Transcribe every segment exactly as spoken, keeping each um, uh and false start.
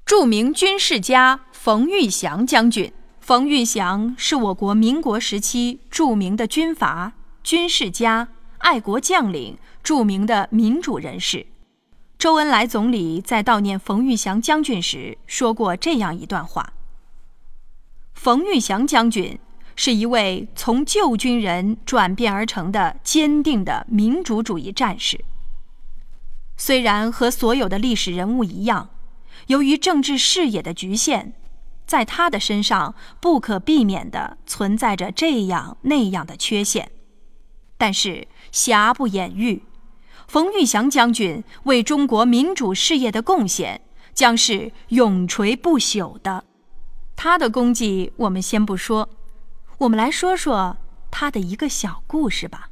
著名军事家冯玉祥将军。冯玉祥是我国民国时期著名的军阀、军事家、爱国将领，著名的民主人士。周恩来总理在悼念冯玉祥将军时说过这样一段话：冯玉祥将军是一位从旧军人转变而成的坚定的民主主义战士。虽然和所有的历史人物一样，由于政治视野的局限，在他的身上不可避免地存在着这样那样的缺陷，但是瑕不掩瑜，冯玉祥将军为中国民主事业的贡献将是永垂不朽的。他的功绩我们先不说，我们来说说他的一个小故事吧。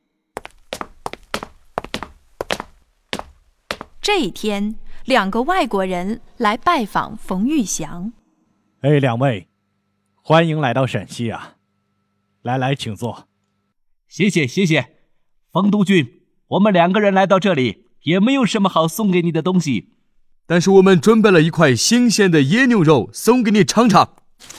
这一天，两个外国人来拜访冯玉祥。 哎，两位，欢迎来到陕西啊！来来，请坐。 谢谢谢谢，冯督军，我们两个人来到这里，也没有什么好送给你的东西， 但是我们准备了一块新鲜的野牛肉送给你尝尝。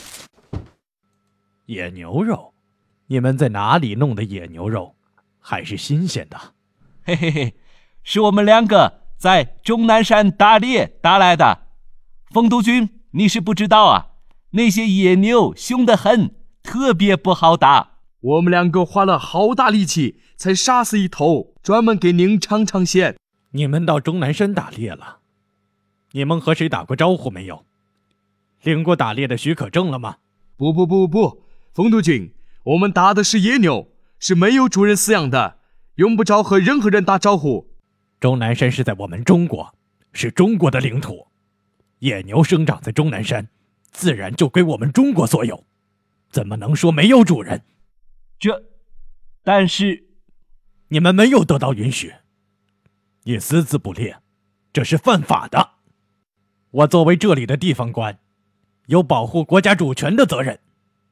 野牛肉？你们在哪里弄的野牛肉？还是新鲜的？ 嘿嘿嘿，是我们两个在终南山打猎打来的。冯督军，你是不知道啊，那些野牛凶得很，特别不好打。 我们两个花了好大力气才杀死一头，专门给您尝尝鲜。 你们到终南山打猎了？你们和谁打过招呼没有？领过打猎的许可证了吗？ 不不不不，冯督军，我们打的是野牛，是没有主人饲养的，用不着和任何人打招呼。 终南山是在我们中国，是中国的领土，野牛生长在终南山，自然就归我们中国所有，怎么能说没有主人？ 这，但是你们没有得到允许，你私自捕猎，这是犯法的。我作为这里的地方官，有保护国家主权的责任。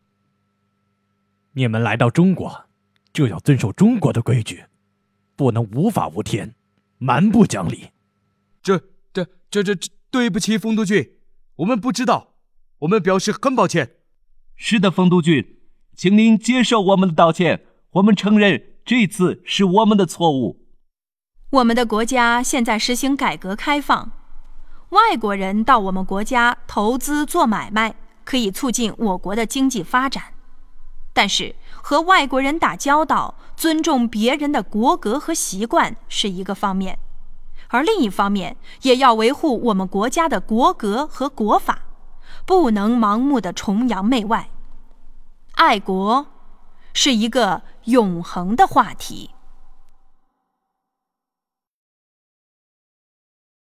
你们来到中国，就要遵守中国的规矩，不能无法无天，蛮不讲理。 这这这这对不起，冯督军，我们不知道，我们表示很抱歉。 是的，冯督军，请您接受我们的道歉，我们承认这次是我们的错误。 我们的国家现在实行改革开放，外国人到我们国家投资做买卖，可以促进我国的经济发展。但是和外国人打交道，尊重别人的国格和习惯是一个方面，而另一方面也要维护我们国家的国格和国法，不能盲目的崇洋媚外。爱国是一个永恒的话题。